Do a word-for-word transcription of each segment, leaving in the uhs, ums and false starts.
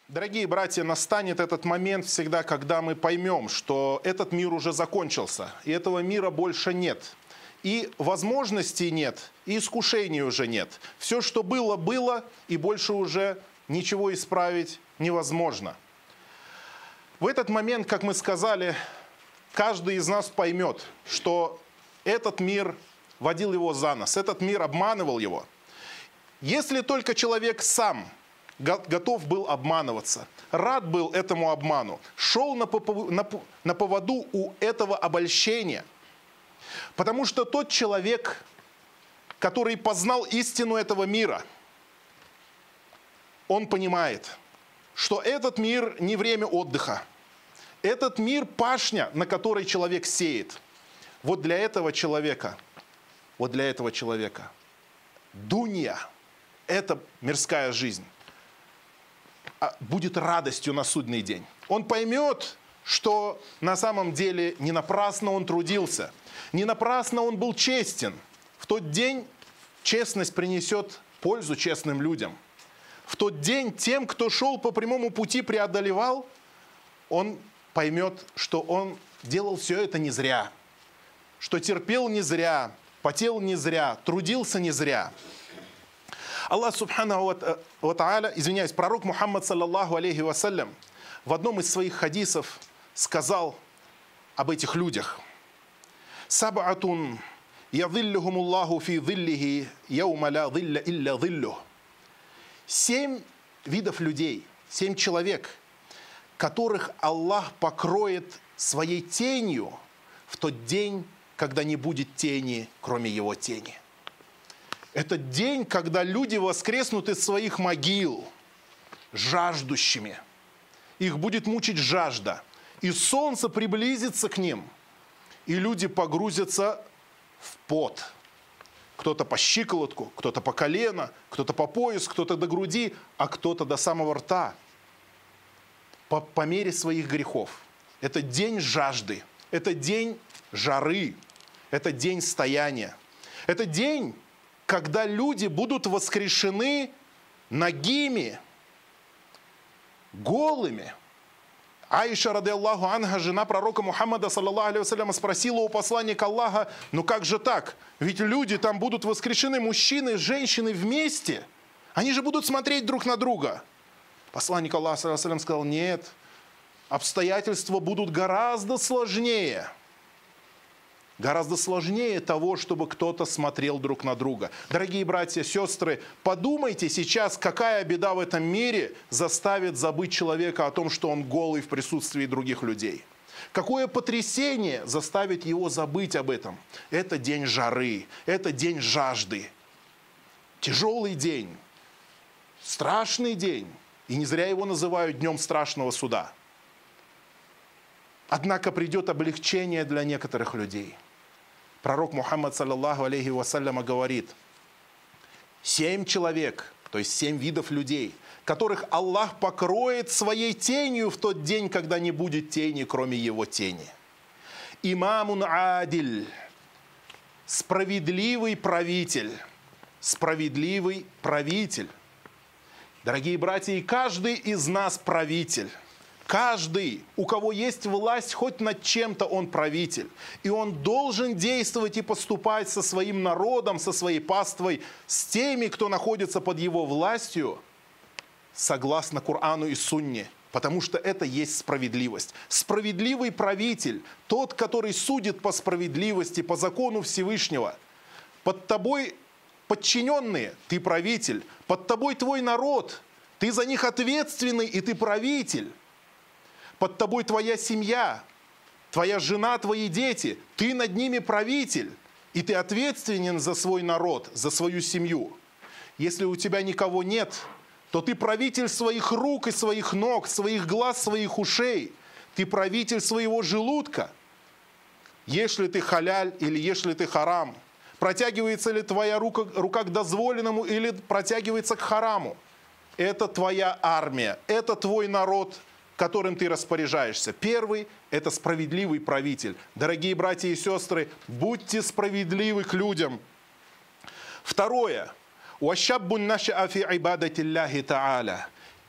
Дорогие братья, настанет этот момент всегда, когда мы поймем, что этот мир уже закончился, и этого мира больше нет. И возможностей нет, и искушений уже нет. Все, что было, было, и больше уже ничего исправить невозможно. В этот момент, как мы сказали, каждый из нас поймет, что этот мир водил его за нос, этот мир обманывал его. Если только человек сам готов был обманываться, рад был этому обману, шел на поводу у этого обольщения. Потому что тот человек, который познал истину этого мира, он понимает, что этот мир не время отдыха. Этот мир пашня, на которой человек сеет. Вот для этого человека, вот для этого человека дунья, это мирская жизнь, будет радостью на судный день. Он поймет, что на самом деле не напрасно он трудился, не напрасно он был честен. В тот день честность принесет пользу честным людям. В тот день тем, кто шел по прямому пути, преодолевал, он поймет, что он делал все это не зря, что терпел не зря, потел не зря, трудился не зря. Аллах Субханаху ва Тааля, извиняюсь, пророк Мухаммад саллаллаху алейхи вассалям в одном из своих хадисов сказал об этих людях: «Саб'атун ядиллюхумуллаху фи зиллихи яума ла зилля илля зиллюх». Семь видов людей, семь человек, которых Аллах покроет своей тенью в тот день, когда не будет тени, кроме его тени. Это день, когда люди воскреснут из своих могил жаждущими. Их будет мучить жажда. И солнце приблизится к ним. И люди погрузятся в пот. Кто-то по щиколотку, кто-то по колено, кто-то по пояс, кто-то до груди, а кто-то до самого рта. По, по мере своих грехов. Это день жажды. Это день жары. Это день стояния. Это день, когда люди будут воскрешены нагими, голыми. Аиша, ради Аллаху анха, жена пророка Мухаммада, саллаллаху алейхи вассалям, спросила у посланника Аллаха: ну как же так? Ведь люди там будут воскрешены, мужчины, женщины вместе. Они же будут смотреть друг на друга. Посланник Аллаха, саллаллаху алейхи вассалям, сказал: нет, обстоятельства будут гораздо сложнее. Гораздо сложнее того, чтобы кто-то смотрел друг на друга. Дорогие братья, сестры, подумайте сейчас, какая беда в этом мире заставит забыть человека о том, что он голый в присутствии других людей. Какое потрясение заставит его забыть об этом. Это день жары, это день жажды. Тяжелый день, страшный день. И не зря его называют днем страшного суда. Однако придет облегчение для некоторых людей. Пророк Мухаммад, саллаллаху алейхи вассаляма, говорит: семь человек, то есть семь видов людей, которых Аллах покроет своей тенью в тот день, когда не будет тени, кроме его тени. Имамун адиль, справедливый правитель, справедливый правитель. Дорогие братья, и каждый из нас правитель. Каждый, у кого есть власть хоть над чем-то, он правитель. И он должен действовать и поступать со своим народом, со своей паствой, с теми, кто находится под его властью, согласно Корану и Сунне. Потому что это есть справедливость. Справедливый правитель, тот, который судит по справедливости, по закону Всевышнего. Под тобой подчиненные, ты правитель. Под тобой твой народ, ты за них ответственный, и ты правитель. Под тобой твоя семья, твоя жена, твои дети. Ты над ними правитель, и ты ответственен за свой народ, за свою семью. Если у тебя никого нет, то ты правитель своих рук и своих ног, своих глаз, своих ушей. Ты правитель своего желудка. Ешь ли ты халяль или ешь ли ты харам? Протягивается ли твоя рука, рука к дозволенному или протягивается к хараму? Это твоя армия, это твой народ, которым ты распоряжаешься. Первый – это справедливый правитель. Дорогие братья и сестры, будьте справедливы к людям. Второе.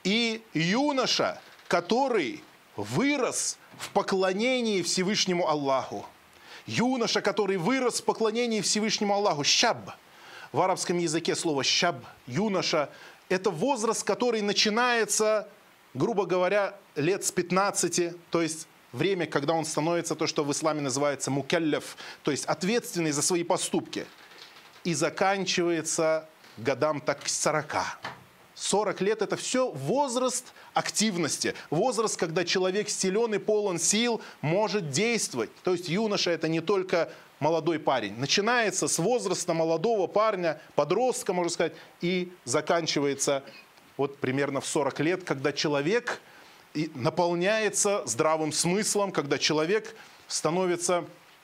и юноша, который вырос в поклонении Всевышнему Аллаху. Юноша, который вырос в поклонении Всевышнему Аллаху. Щаб. В арабском языке слово щаб, юноша, это возраст, который начинается, грубо говоря, лет с пятнадцати, то есть время, когда он становится то, что в исламе называется мукалляф, то есть ответственный за свои поступки, и заканчивается годам так к сорока. сорок лет – это все возраст активности, возраст, когда человек силен и полон сил, может действовать. То есть юноша – это не только молодой парень. Начинается с возраста молодого парня, подростка, можно сказать, и заканчивается вот примерно в сорок лет, когда человек наполняется здравым смыслом, когда человек становится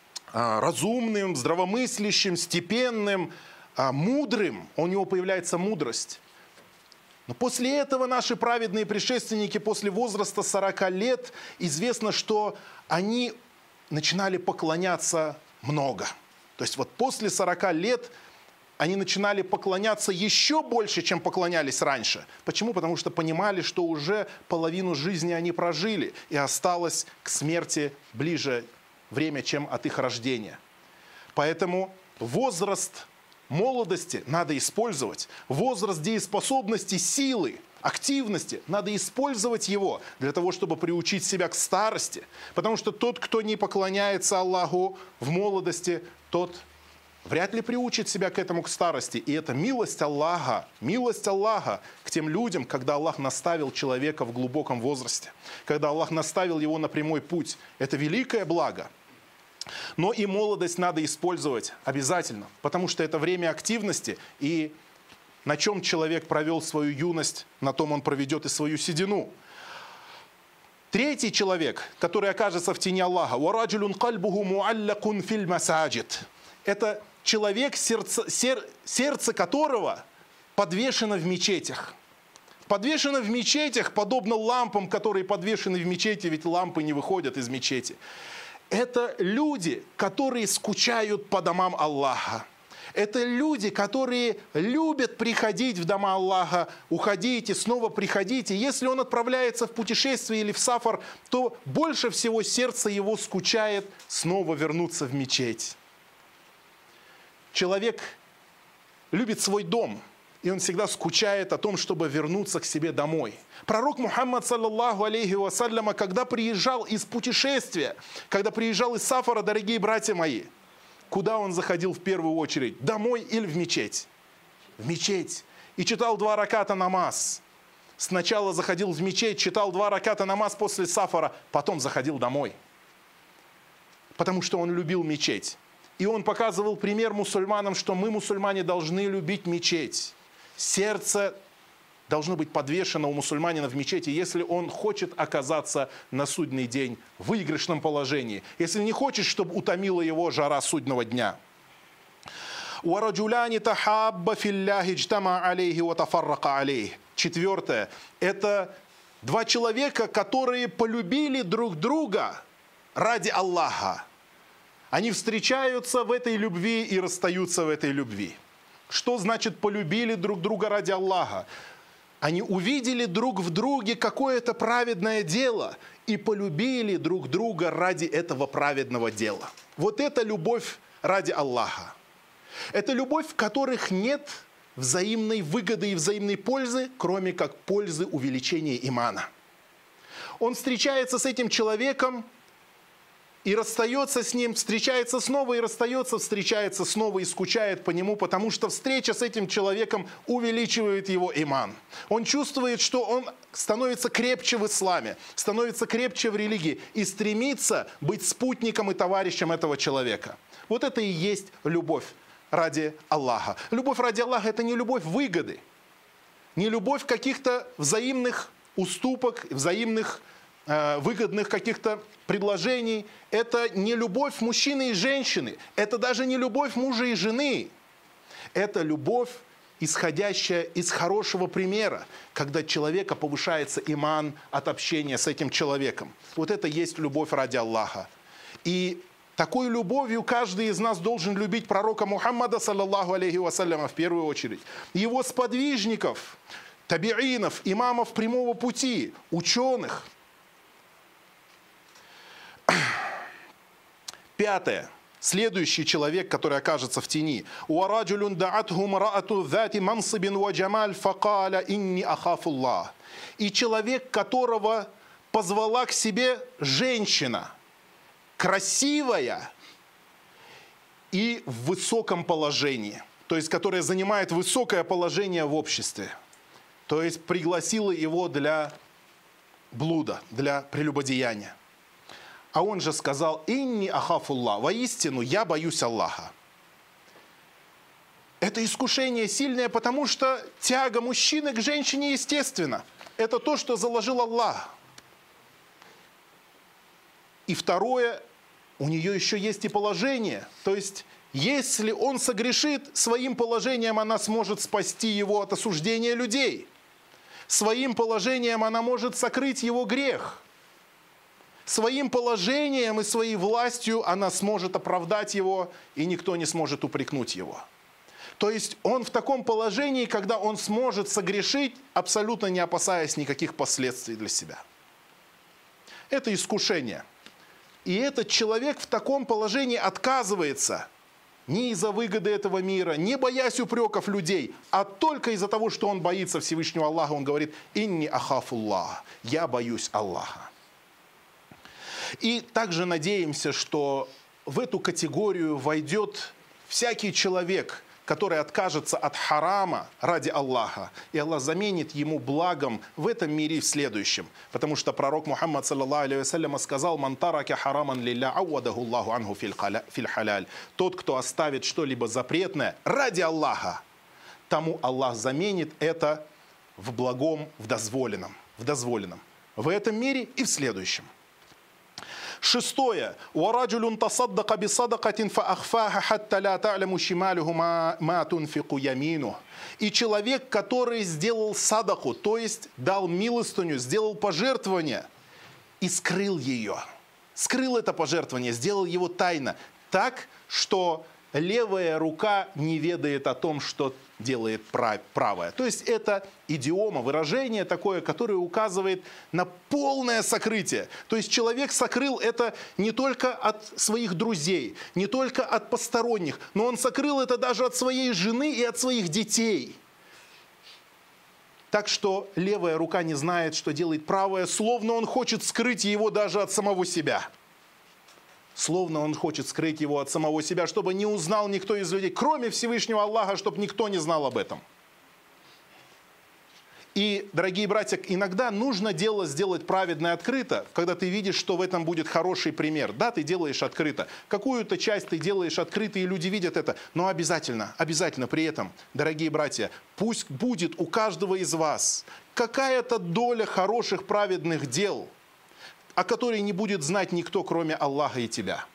разумным, здравомыслящим, степенным, мудрым. У него появляется мудрость. Но после этого наши праведные предшественники, после возраста сорока лет, известно, что они начинали поклоняться много. То есть вот после сорока лет они начинали поклоняться еще больше, чем поклонялись раньше. Почему? Потому что понимали, что уже половину жизни они прожили, и осталось к смерти ближе время, чем от их рождения. Поэтому возраст молодости надо использовать. Возраст дееспособности, силы, активности, надо использовать его для того, чтобы приучить себя к старости. Потому что тот, кто не поклоняется Аллаху в молодости, тот вряд ли приучит себя к этому к старости. И это милость Аллаха, милость Аллаха к тем людям, когда Аллах наставил человека в глубоком возрасте, когда Аллах наставил его на прямой путь. Это великое благо. Но и молодость надо использовать обязательно, потому что это время активности, и на чем человек провел свою юность, на том он проведет и свою седину. Третий человек, который окажется в тени Аллаха, это человек, сердце, сер, сердце которого подвешено в мечетях. Подвешено в мечетях, подобно лампам, которые подвешены в мечети, ведь лампы не выходят из мечети. Это люди, которые скучают по домам Аллаха. Это люди, которые любят приходить в дома Аллаха, уходить и снова приходить. И если он отправляется в путешествие или в сафар, то больше всего сердце его скучает снова вернуться в мечеть. Человек любит свой дом, и он всегда скучает о том, чтобы вернуться к себе домой. Пророк Мухаммад, саллаллаху алейхи вассаляма, когда приезжал из путешествия, когда приезжал из сафара, дорогие братья мои, куда он заходил в первую очередь? Домой или в мечеть? В мечеть. И читал два раката намаз. Сначала заходил в мечеть, читал два раката намаз после сафара, потом заходил домой. Потому что он любил мечеть. И он показывал пример мусульманам, что мы, мусульмане, должны любить мечеть. Сердце должно быть подвешено у мусульманина в мечети, если он хочет оказаться на судный день в выигрышном положении. Если не хочет, чтобы утомила его жара судного дня. Четвертое. Это два человека, которые полюбили друг друга ради Аллаха. Они встречаются в этой любви и расстаются в этой любви. Что значит полюбили друг друга ради Аллаха? Они увидели друг в друге какое-то праведное дело и полюбили друг друга ради этого праведного дела. Вот это любовь ради Аллаха. Это любовь, в которых нет взаимной выгоды и взаимной пользы, кроме как пользы увеличения имана. Он встречается с этим человеком и расстается с ним, встречается снова и расстается, встречается снова и скучает по нему, потому что встреча с этим человеком увеличивает его иман. Он чувствует, что он становится крепче в исламе, становится крепче в религии и стремится быть спутником и товарищем этого человека. Вот это и есть любовь ради Аллаха. Любовь ради Аллаха – это не любовь выгоды, не любовь каких-то взаимных уступок, взаимных э, выгодных каких-то предложений. Это не любовь мужчины и женщины, это даже не любовь мужа и жены. Это любовь, исходящая из хорошего примера, когда человека повышается иман от общения с этим человеком. Вот это есть любовь ради Аллаха. И такой любовью каждый из нас должен любить пророка Мухаммада, саллаллаху алейхи вассаляма, в первую очередь. Его сподвижников, табиинов, имамов прямого пути, ученых. Пятое. Следующий человек, который окажется в тени. «Уараджулюн даатху мараату зати мансибин ва джамаль факаля инни ахафуллах». И человек, которого позвала к себе женщина, красивая и в высоком положении, то есть которая занимает высокое положение в обществе, то есть пригласила его для блуда, для прелюбодеяния. А он же сказал: «Инни ахафуллах», воистину, я боюсь Аллаха. Это искушение сильное, потому что тяга мужчины к женщине естественна. Это то, что заложил Аллах. И второе, у нее еще есть и положение. То есть, если он согрешит, своим положением она сможет спасти его от осуждения людей. Своим положением она может сокрыть его грех. Своим положением и своей властью она сможет оправдать его, и никто не сможет упрекнуть его. То есть он в таком положении, когда он сможет согрешить, абсолютно не опасаясь никаких последствий для себя. Это искушение. И этот человек в таком положении отказывается не из-за выгоды этого мира, не боясь упреков людей, а только из-за того, что он боится Всевышнего Аллаха. Он говорит: «Инни ахафуллах», я боюсь Аллаха. И также надеемся, что в эту категорию войдет всякий человек, который откажется от харама ради Аллаха, и Аллах заменит ему благом в этом мире и в следующем. Потому что пророк Мухаммад саллаллаху алейхи вассалям сказал: «Ман тарака хараман лилля ауадаху Аллаху анху фил халяль». Тот, кто оставит что-либо запретное ради Аллаха, тому Аллах заменит это в благом, в дозволенном, в дозволенном в этом мире и в следующем. Шестое. «Уараджулюн тасаддака бисадакатин фаахфаха хатта ля та'ляму шималюху ма тунфику ямину». И человек, который сделал садаку, то есть дал милостыню, сделал пожертвование и скрыл ее. Скрыл это пожертвование, сделал его тайно, так, что левая рука не ведает о том, что делает правая. То есть это идиома, выражение такое, которое указывает на полное сокрытие. То есть человек сокрыл это не только от своих друзей, не только от посторонних, но он сокрыл это даже от своей жены и от своих детей. Так что левая рука не знает, что делает правая, словно он хочет скрыть его даже от самого себя. Словно он хочет скрыть его от самого себя, чтобы не узнал никто из людей, кроме Всевышнего Аллаха, чтобы никто не знал об этом. И, дорогие братья, иногда нужно дело сделать праведно и открыто, когда ты видишь, что в этом будет хороший пример. Да, ты делаешь открыто. Какую-то часть ты делаешь открыто, и люди видят это. Но обязательно, обязательно при этом, дорогие братья, пусть будет у каждого из вас какая-то доля хороших праведных дел, о которой не будет знать никто, кроме Аллаха и тебя.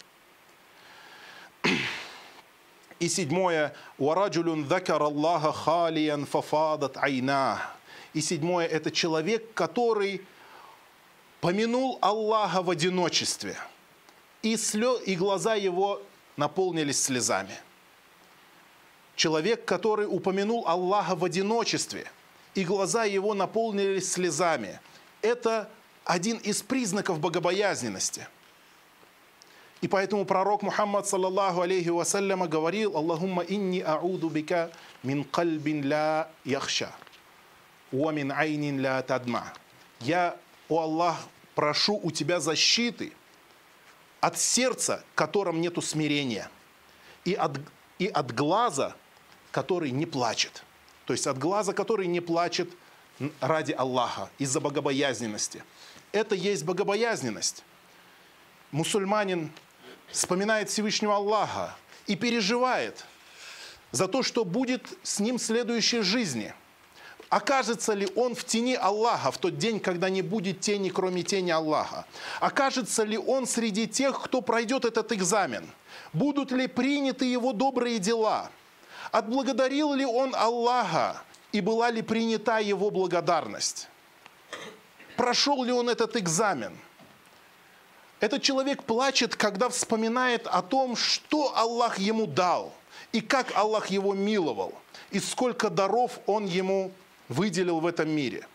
И седьмое. «Уараджулюн закар Аллаха халиян фафадат айна». И седьмое – это человек, который помянул Аллаха в одиночестве, и, слё... и глаза его наполнились слезами. Человек, который упомянул Аллаха в одиночестве, и глаза его наполнились слезами. Это один из признаков богобоязненности. И поэтому пророк Мухаммад саллаллаху алейхи вассаляма говорил: «Аллахумма инни а'уду бика мин кальбин ла яхша, ва мин айнин ла тадма». Я, о Аллах, прошу у тебя защиты от сердца, в котором нету смирения, и от, и от глаза, который не плачет. То есть от глаза, который не плачет ради Аллаха, из-за богобоязненности. Это есть богобоязненность. Мусульманин вспоминает Всевышнего Аллаха и переживает за то, что будет с ним в следующей жизни. Окажется ли он в тени Аллаха в тот день, когда не будет тени, кроме тени Аллаха? Окажется ли он среди тех, кто пройдет этот экзамен? Будут ли приняты его добрые дела? Отблагодарил ли он Аллаха и была ли принята его благодарность? Прошел ли он этот экзамен? Этот человек плачет, когда вспоминает о том, что Аллах ему дал, и как Аллах его миловал, и сколько даров он ему выделил в этом мире.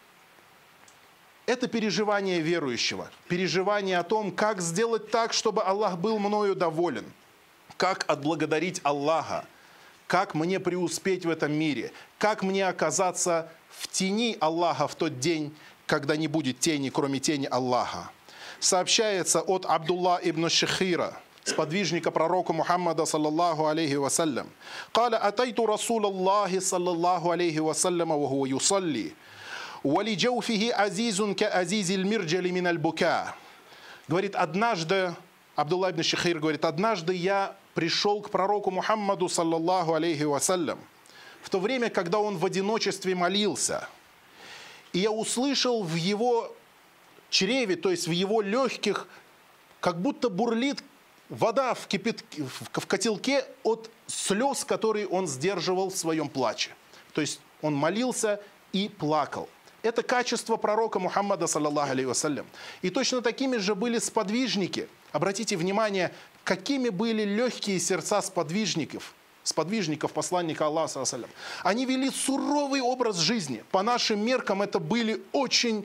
Это переживание верующего, переживание о том, как сделать так, чтобы Аллах был мною доволен, как отблагодарить Аллаха, как мне преуспеть в этом мире, как мне оказаться в тени Аллаха в тот день, когда не будет тени, кроме тени Аллаха. Сообщается от Абдулла ибн Шихира, сподвижника пророка Мухаммада саллаллаху алейхи вассалям. «Каля атайту Расул Аллахи саллаллаху алейхи вассаляма ва хуа юсалли, вали джауфихи азизун ка азизил мирджали миналь бука». Говорит, однажды, Абдулла ибн Шихир говорит, однажды я пришел к пророку Мухаммаду саллаллаху алейхи вассалям в то время, когда он в одиночестве молился. И я услышал в его чреве, то есть в его легких, как будто бурлит вода в, кипят... в котелке от слез, которые он сдерживал в своем плаче. То есть он молился и плакал. Это качество пророка Мухаммада, саллаллаху алейхи вассалям. И точно такими же были сподвижники. Обратите внимание, какими были легкие сердца сподвижников, сподвижников посланника Аллаха, саллаллаху алейхи вассалям. Они вели суровый образ жизни. По нашим меркам это были очень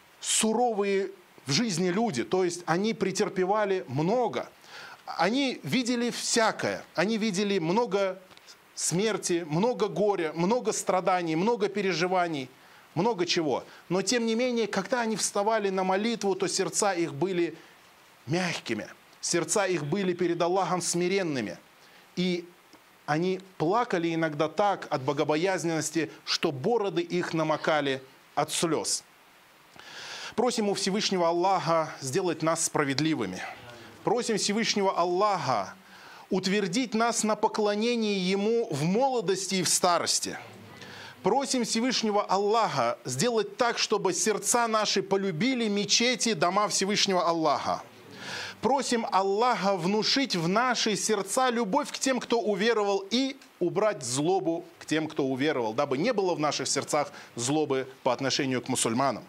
суровые в жизни люди. То есть они претерпевали много. Они видели всякое. Они видели много смерти, много горя, много страданий, много переживаний, много чего. Но тем не менее, когда они вставали на молитву, то сердца их были мягкими. Сердца их были перед Аллахом смиренными. И они плакали иногда так от богобоязненности, что бороды их намокали от слез. Просим у Всевышнего Аллаха сделать нас справедливыми. Просим Всевышнего Аллаха утвердить нас на поклонении Ему в молодости и в старости. Просим Всевышнего Аллаха сделать так, чтобы сердца наши полюбили мечети, дома Всевышнего Аллаха. Просим Аллаха внушить в наши сердца любовь к тем, кто уверовал, и убрать злобу к тем, кто уверовал, дабы не было в наших сердцах злобы по отношению к мусульманам.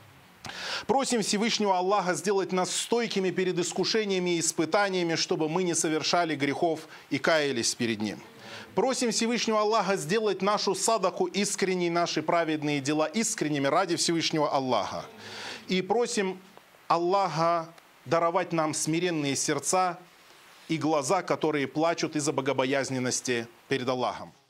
Просим Всевышнего Аллаха сделать нас стойкими перед искушениями и испытаниями, чтобы мы не совершали грехов и каялись перед Ним. Просим Всевышнего Аллаха сделать нашу садаку искренней, наши праведные дела искренними ради Всевышнего Аллаха. И просим Аллаха даровать нам смиренные сердца и глаза, которые плачут из-за богобоязненности перед Аллахом.